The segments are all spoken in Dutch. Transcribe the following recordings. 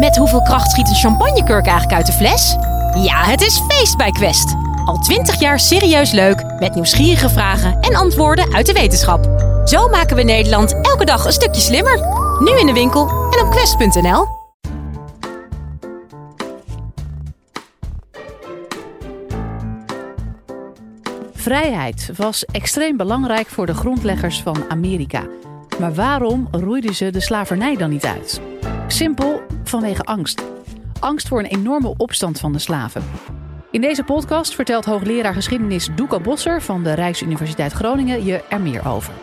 Met hoeveel kracht schiet een champagnekurk eigenlijk uit de fles? Ja, het is feest bij Quest. Al 20 jaar serieus leuk, met nieuwsgierige vragen en antwoorden uit de wetenschap. Zo maken we Nederland elke dag een stukje slimmer. Nu in de winkel en op quest.nl. Vrijheid was extreem belangrijk voor de grondleggers van Amerika. Maar waarom roeiden ze de slavernij dan niet uit? Simpel, vanwege angst. Angst voor een enorme opstand van de slaven. In deze podcast vertelt hoogleraar geschiedenis Douka Bosser van de Rijksuniversiteit Groningen je er meer over.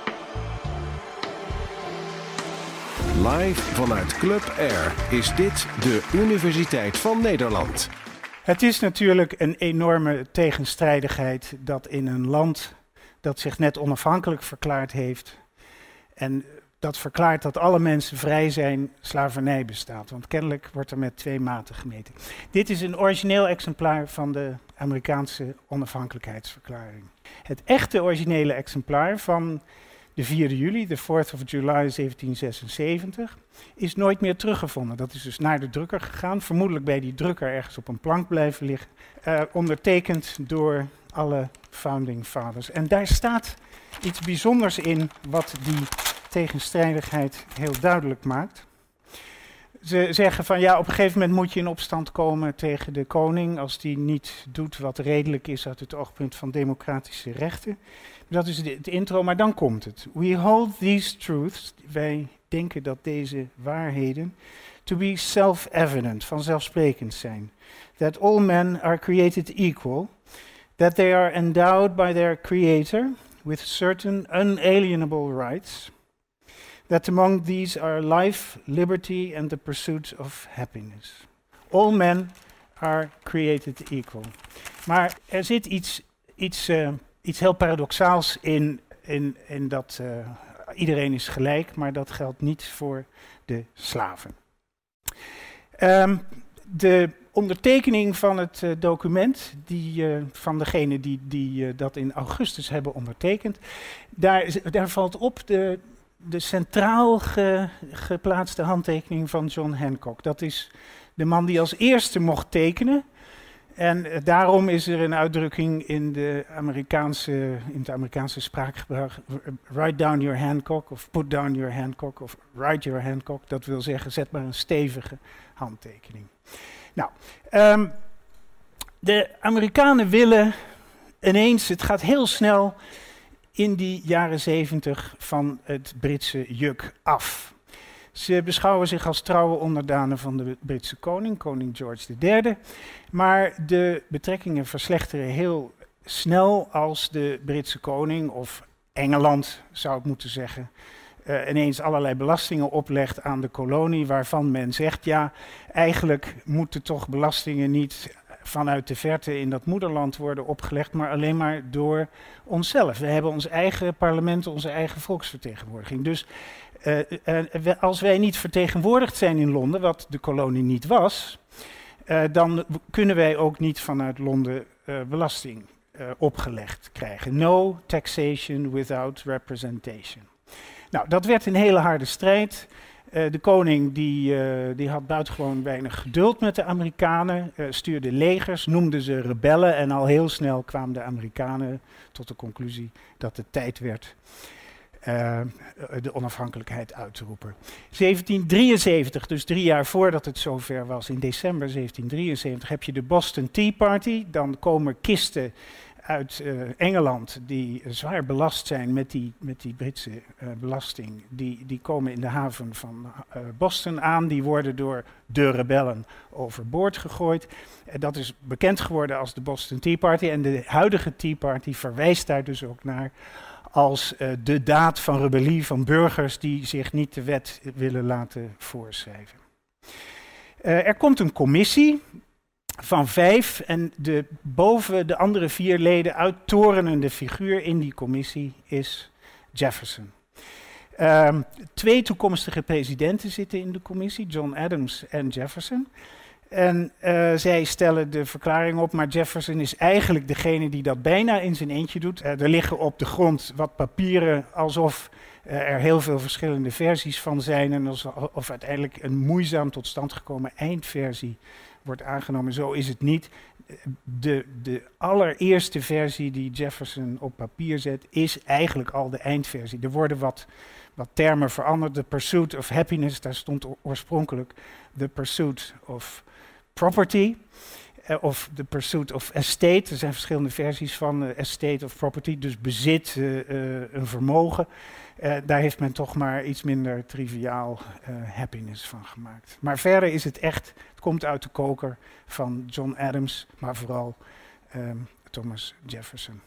Live vanuit Club Air is dit de Universiteit van Nederland. Het is natuurlijk een enorme tegenstrijdigheid dat in een land dat zich net onafhankelijk verklaard heeft en dat verklaart dat alle mensen vrij zijn, slavernij bestaat. Want kennelijk wordt er met 2 maten gemeten. Dit is een origineel exemplaar van de Amerikaanse onafhankelijkheidsverklaring. Het echte originele exemplaar van de 4 juli, de 4th of July 1776, is nooit meer teruggevonden. Dat is dus naar de drukker gegaan, vermoedelijk bij die drukker ergens op een plank blijven liggen, ondertekend door alle founding fathers. En daar staat iets bijzonders in wat die tegenstrijdigheid heel duidelijk maakt. Ze zeggen van ja, op een gegeven moment moet je in opstand komen tegen de koning als die niet doet wat redelijk is uit het oogpunt van democratische rechten. Dat is het intro, maar dan komt het. We hold these truths, wij denken dat deze waarheden, to be self-evident, vanzelfsprekend zijn. That all men are created equal, that they are endowed by their creator with certain unalienable rights, that among these are life, liberty and the pursuit of happiness. All men are created equal. Maar er zit iets heel paradoxaals in dat iedereen is gelijk, maar dat geldt niet voor de slaven. De ondertekening van het document, van degene die dat in augustus hebben ondertekend, daar valt op de centraal geplaatste handtekening van John Hancock. Dat is de man die als eerste mocht tekenen. En daarom is er een uitdrukking in het Amerikaanse spraakgebruik, write down your Hancock, of put down your Hancock, of write your Hancock. Dat wil zeggen, zet maar een stevige handtekening. Nou, de Amerikanen willen ineens, het gaat heel snel in die jaren 70 van het Britse juk af. Ze beschouwen zich als trouwe onderdanen van de Britse koning George III. Maar de betrekkingen verslechteren heel snel als de Britse koning, of Engeland zou ik moeten zeggen, ineens allerlei belastingen oplegt aan de kolonie, waarvan men zegt, ja, eigenlijk moeten toch belastingen niet vanuit de verte in dat moederland worden opgelegd, maar alleen maar door onszelf. We hebben ons eigen parlement, onze eigen volksvertegenwoordiging. Dus als wij niet vertegenwoordigd zijn in Londen, wat de kolonie niet was, dan kunnen wij ook niet vanuit Londen belasting opgelegd krijgen. No taxation without representation. Nou, dat werd een hele harde strijd. De koning die had buitengewoon weinig geduld met de Amerikanen, stuurde legers, noemde ze rebellen en al heel snel kwamen de Amerikanen tot de conclusie dat het tijd werd de onafhankelijkheid uit te roepen. 1773, dus 3 jaar voordat het zover was, in december 1773, heb je de Boston Tea Party. Dan komen kisten uit Engeland die zwaar belast zijn met die Britse belasting. Die komen in de haven van Boston aan. Die worden door de rebellen overboord gegooid. Dat is bekend geworden als de Boston Tea Party. En de huidige Tea Party verwijst daar dus ook naar als de daad van rebellie van burgers die zich niet de wet willen laten voorschrijven. Er komt een commissie van 5 en boven de andere 4 leden uittorenende figuur in die commissie is Jefferson. 2 toekomstige presidenten zitten in de commissie, John Adams en Jefferson. En zij stellen de verklaring op, maar Jefferson is eigenlijk degene die dat bijna in zijn eentje doet. Er liggen op de grond wat papieren alsof er heel veel verschillende versies van zijn en of uiteindelijk een moeizaam tot stand gekomen eindversie wordt aangenomen. Zo is het niet. De allereerste versie die Jefferson op papier zet, is eigenlijk al de eindversie. Er worden wat termen veranderd. The Pursuit of Happiness, daar stond oorspronkelijk The Pursuit of Property. Of The Pursuit of Estate. Er zijn verschillende versies van estate of property, dus bezit, een vermogen. Daar heeft men toch maar iets minder triviaal happiness van gemaakt. Maar verder is het echt, het komt uit de koker van John Adams, maar vooral Thomas Jefferson.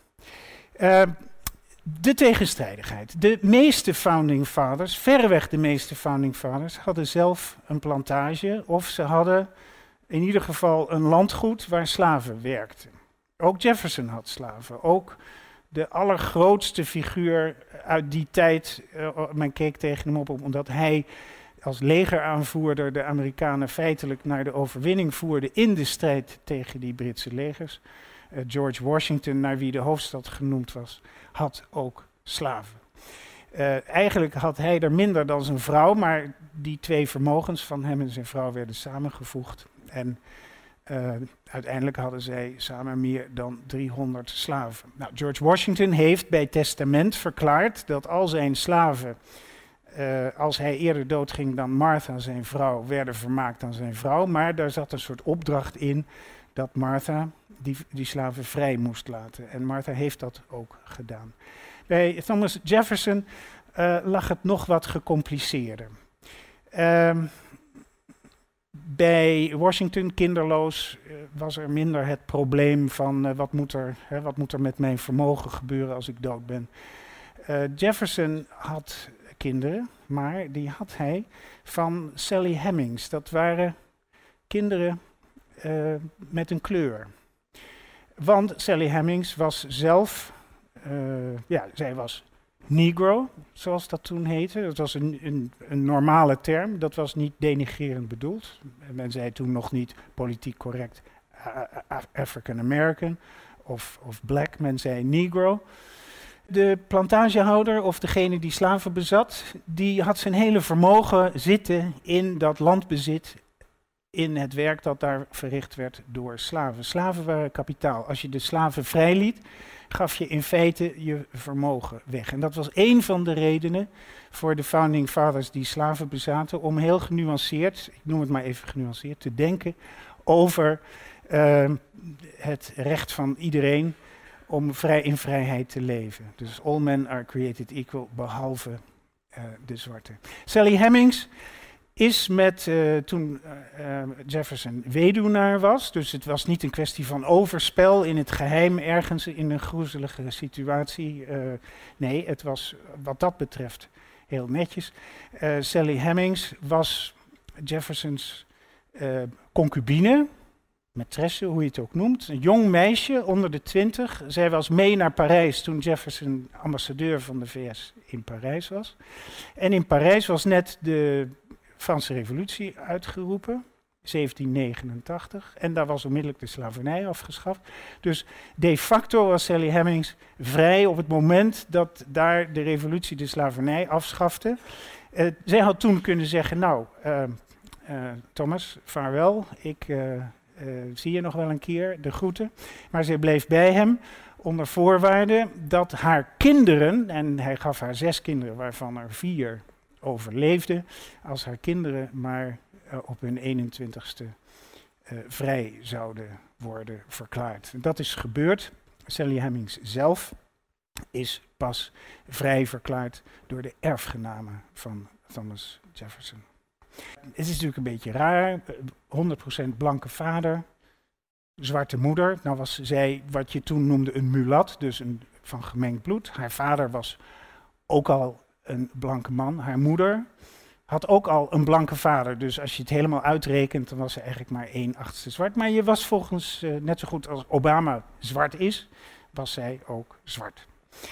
De tegenstrijdigheid. De meeste founding fathers, verreweg de meeste founding fathers, hadden zelf een plantage of ze hadden in ieder geval een landgoed waar slaven werkten. Ook Jefferson had slaven. Ook de allergrootste figuur uit die tijd, men keek tegen hem op omdat hij als legeraanvoerder de Amerikanen feitelijk naar de overwinning voerde in de strijd tegen die Britse legers. George Washington, naar wie de hoofdstad genoemd was, had ook slaven. Eigenlijk had hij er minder dan zijn vrouw, maar die twee vermogens van hem en zijn vrouw werden samengevoegd. En uiteindelijk hadden zij samen meer dan 300 slaven. Nou, George Washington heeft bij testament verklaard dat al zijn slaven, als hij eerder doodging dan Martha, zijn vrouw, werden vermaakt dan zijn vrouw. Maar daar zat een soort opdracht in dat Martha die slaven vrij moest laten. En Martha heeft dat ook gedaan. Bij Thomas Jefferson lag het nog wat gecompliceerder. Bij Washington, kinderloos, was er minder het probleem van wat moet er met mijn vermogen gebeuren als ik dood ben. Jefferson had kinderen, maar die had hij van Sally Hemings. Dat waren kinderen met een kleur. Want Sally Hemings was zelf, zij was Negro, zoals dat toen heette. Dat was een normale term, dat was niet denigrerend bedoeld. Men zei toen nog niet politiek correct African American of black, men zei Negro. De plantagehouder of degene die slaven bezat, die had zijn hele vermogen zitten in dat landbezit, in het werk dat daar verricht werd door slaven. Slaven waren kapitaal. Als je de slaven vrijliet, gaf je in feite je vermogen weg. En dat was één van de redenen voor de founding fathers die slaven bezaten, om heel genuanceerd, ik noem het maar even genuanceerd, te denken over het recht van iedereen om in vrijheid te leven. Dus all men are created equal, behalve de zwarte. Sally Hemings is toen Jefferson weduwnaar was, dus het was niet een kwestie van overspel in het geheim ergens in een groezelige situatie. Nee, het was wat dat betreft heel netjes. Sally Hemings was Jeffersons concubine, maîtresse, hoe je het ook noemt. Een jong meisje, onder de 20. Zij was mee naar Parijs toen Jefferson ambassadeur van de VS in Parijs was. En in Parijs was net de Franse Revolutie uitgeroepen, 1789. En daar was onmiddellijk de slavernij afgeschaft. Dus de facto was Sally Hemings vrij op het moment dat daar de revolutie de slavernij afschafte. Zij had toen kunnen zeggen, nou, Thomas, vaarwel, ik zie je nog wel een keer, de groeten. Maar zij bleef bij hem onder voorwaarde dat haar kinderen, en hij gaf haar 6 kinderen, waarvan er 4 overleefden, als haar kinderen maar op hun 21ste vrij zouden worden verklaard. Dat is gebeurd. Sally Hemings zelf is pas vrij verklaard door de erfgenamen van Thomas Jefferson. Het is natuurlijk een beetje raar, 100% blanke vader, zwarte moeder. Nou was zij wat je toen noemde een mulat, dus van gemengd bloed. Haar vader was ook al een blanke man. Haar moeder had ook al een blanke vader. Dus als je het helemaal uitrekent, dan was ze eigenlijk maar 1/8 zwart. Maar je was volgens, net zo goed als Obama zwart is, was zij ook zwart.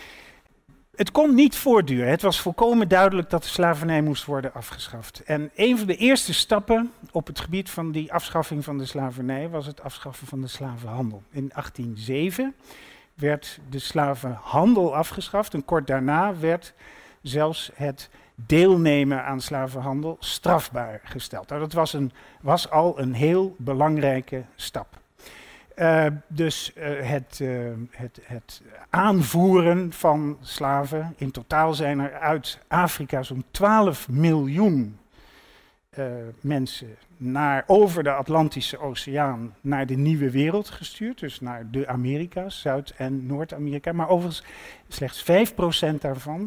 Het kon niet voortduren. Het was volkomen duidelijk dat de slavernij moest worden afgeschaft. En een van de eerste stappen op het gebied van die afschaffing van de slavernij was het afschaffen van de slavenhandel. In 1807 werd de slavenhandel afgeschaft en kort daarna werd zelfs het deelnemen aan slavenhandel strafbaar gesteld. Nou, dat was al een heel belangrijke stap. Dus het aanvoeren van slaven, in totaal zijn er uit Afrika zo'n 12 miljoen mensen over de Atlantische Oceaan naar de nieuwe wereld gestuurd. Dus naar de Amerika's, Zuid- en Noord-Amerika. Maar overigens slechts 5%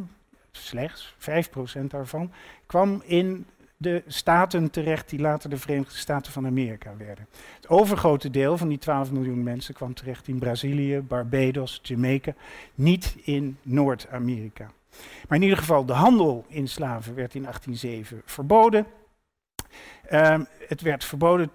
daarvan kwam in de staten terecht die later de Verenigde Staten van Amerika werden. Het overgrote deel van die 12 miljoen mensen kwam terecht in Brazilië, Barbados, Jamaica, niet in Noord-Amerika. Maar in ieder geval, de handel in slaven werd in 1807 verboden. Het werd verboden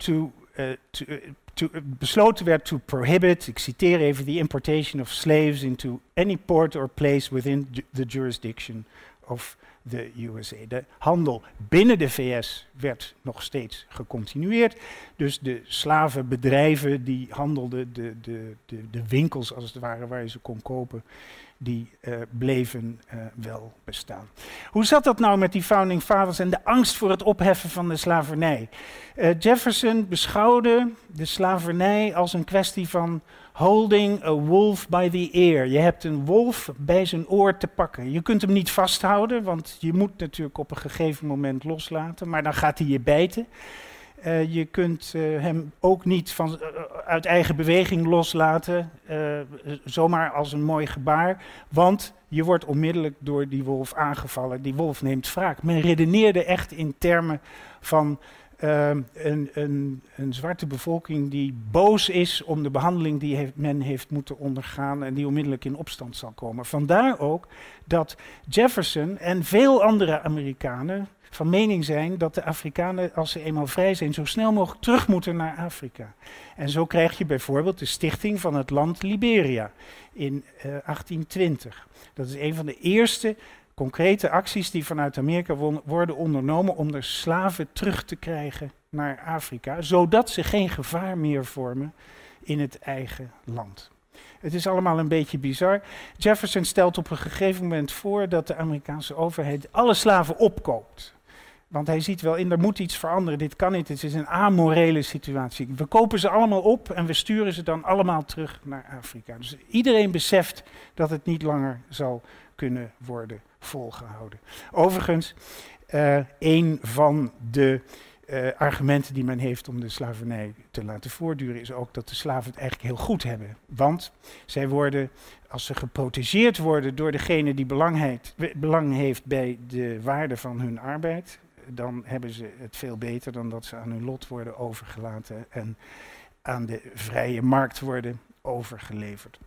besloten werd to prohibit, ik citeer even, the importation of slaves into any port or place within the jurisdiction of de USA. De handel binnen de VS werd nog steeds gecontinueerd. Dus de slavenbedrijven die handelden, de winkels als het ware waar je ze kon kopen, die bleven wel bestaan. Hoe zat dat nou met die founding fathers en de angst voor het opheffen van de slavernij? Jefferson beschouwde de slavernij als een kwestie van holding a wolf by the ear. Je hebt een wolf bij zijn oor te pakken. Je kunt hem niet vasthouden, want je moet natuurlijk op een gegeven moment loslaten, maar dan gaat hij je bijten. Je kunt hem ook niet uit eigen beweging loslaten, zomaar als een mooi gebaar, want je wordt onmiddellijk door die wolf aangevallen. Die wolf neemt wraak. Men redeneerde echt in termen van een zwarte bevolking die boos is om de behandeling die men heeft moeten ondergaan en die onmiddellijk in opstand zal komen. Vandaar ook dat Jefferson en veel andere Amerikanen van mening zijn dat de Afrikanen, als ze eenmaal vrij zijn, zo snel mogelijk terug moeten naar Afrika. En zo krijg je bijvoorbeeld de stichting van het land Liberia in 1820. Dat is een van de eerste concrete acties die vanuit Amerika worden ondernomen om de slaven terug te krijgen naar Afrika, zodat ze geen gevaar meer vormen in het eigen land. Het is allemaal een beetje bizar. Jefferson stelt op een gegeven moment voor dat de Amerikaanse overheid alle slaven opkoopt. Want hij ziet wel in, er moet iets veranderen, dit kan niet, het is een amorele situatie. We kopen ze allemaal op en we sturen ze dan allemaal terug naar Afrika. Dus iedereen beseft dat het niet langer zal kunnen worden volgehouden. Overigens, een van de argumenten die men heeft om de slavernij te laten voortduren is ook dat de slaven het eigenlijk heel goed hebben. Want zij worden, als ze geprotegeerd worden door degene die belang heeft bij de waarde van hun arbeid, dan hebben ze het veel beter dan dat ze aan hun lot worden overgelaten en aan de vrije markt worden overgeleverd.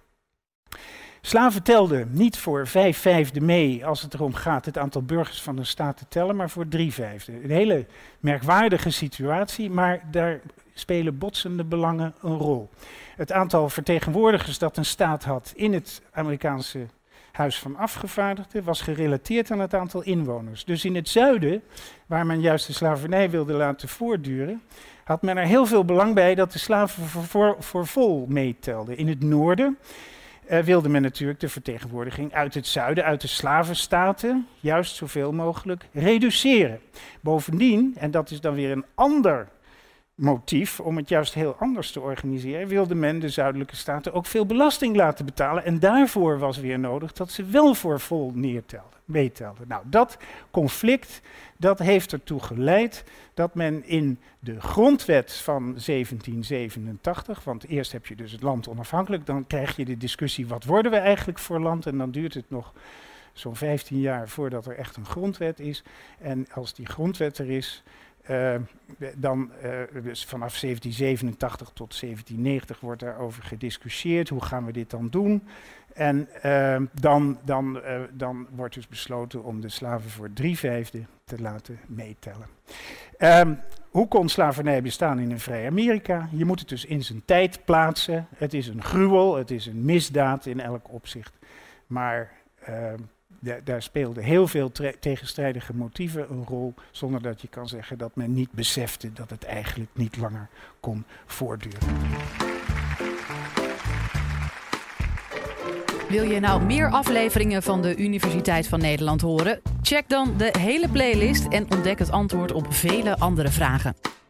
Slaven telden niet voor 5/5 mee als het erom gaat het aantal burgers van een staat te tellen, maar voor 3/5. Een hele merkwaardige situatie, maar daar spelen botsende belangen een rol. Het aantal vertegenwoordigers dat een staat had in het Amerikaanse Huis van Afgevaardigden was gerelateerd aan het aantal inwoners. Dus in het zuiden, waar men juist de slavernij wilde laten voortduren, had men er heel veel belang bij dat de slaven voor vol meetelden. In het noorden wilde men natuurlijk de vertegenwoordiging uit het zuiden, uit de slavenstaten, juist zoveel mogelijk reduceren. Bovendien, en dat is dan weer een ander motief om het juist heel anders te organiseren, wilde men de zuidelijke staten ook veel belasting laten betalen. En daarvoor was weer nodig dat ze wel voor vol meetelden. Nou, dat conflict, dat heeft ertoe geleid dat men in de grondwet van 1787, want eerst heb je dus het land onafhankelijk, dan krijg je de discussie, wat worden we eigenlijk voor land? En dan duurt het nog zo'n 15 jaar voordat er echt een grondwet is. En als die grondwet er is, dus vanaf 1787 tot 1790 wordt daarover gediscussieerd. Hoe gaan we dit dan doen? En dan wordt dus besloten om de slaven voor 3/5 te laten meetellen. Hoe kon slavernij bestaan in een vrij Amerika? Je moet het dus in zijn tijd plaatsen. Het is een gruwel, het is een misdaad in elk opzicht. Maar daar speelden heel veel tegenstrijdige motieven een rol, zonder dat je kan zeggen dat men niet besefte dat het eigenlijk niet langer kon voortduren. Wil je nou meer afleveringen van de Universiteit van Nederland horen? Check dan de hele playlist en ontdek het antwoord op vele andere vragen.